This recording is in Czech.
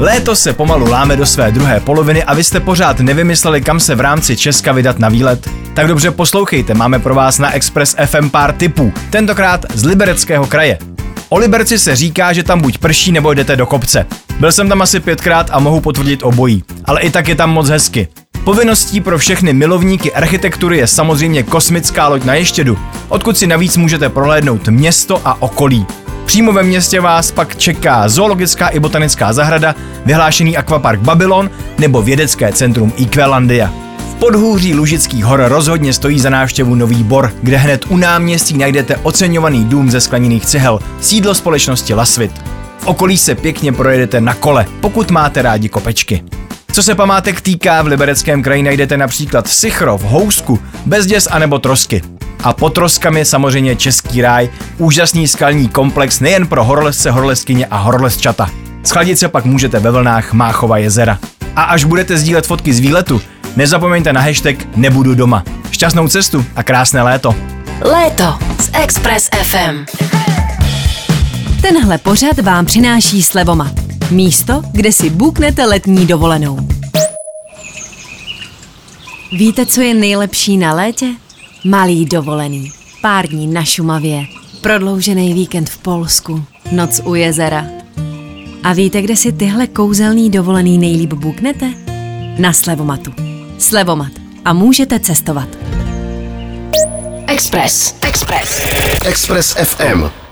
Léto se pomalu láme do své druhé poloviny a vy jste pořád nevymysleli, kam se v rámci Česka vydat na výlet? Tak dobře poslouchejte, máme pro vás na Express FM pár tipů, tentokrát z Libereckého kraje. O Liberci se říká, že tam buď prší, nebo jdete do kopce. Byl jsem tam asi 5krát a mohu potvrdit obojí, ale i tak je tam moc hezky. Povinností pro všechny milovníky architektury je samozřejmě kosmická loď na Ještědu, odkud si navíc můžete prohlédnout město a okolí. Přímo ve městě vás pak čeká zoologická i botanická zahrada, vyhlášený akvapark Babylon nebo vědecké centrum Equelandia. V podhůří Lužických hor rozhodně stojí za návštěvu Nový Bor, kde hned u náměstí najdete oceňovaný dům ze skleněných cihel, sídlo společnosti Lasvit. V okolí se pěkně projedete na kole, pokud máte rádi kopečky. Co se památek týká, v Libereckém kraji najdete například Sichrov, Housku, Bezděz anebo Trosky. A pod Troskami je samozřejmě Český ráj, úžasný skalní komplex nejen pro horolezce, horolezkyně a horolezčata. Schladit se pak můžete ve vlnách Máchova jezera. A až budete sdílet fotky z výletu, nezapomeňte na hashtag Nebudu doma. Šťastnou cestu a krásné léto. Léto s Express FM. Tenhle pořad vám přináší Slevomat. Místo, kde si buknete letní dovolenou. Víte, co je nejlepší na létě? Malý dovolený, pár dní na Šumavě, prodloužený víkend v Polsku, noc u jezera. A víte, kde si tyhle kouzelný dovolený nejlíp buknete? Na Slevomatu. Slevomat. A můžete cestovat. Express FM.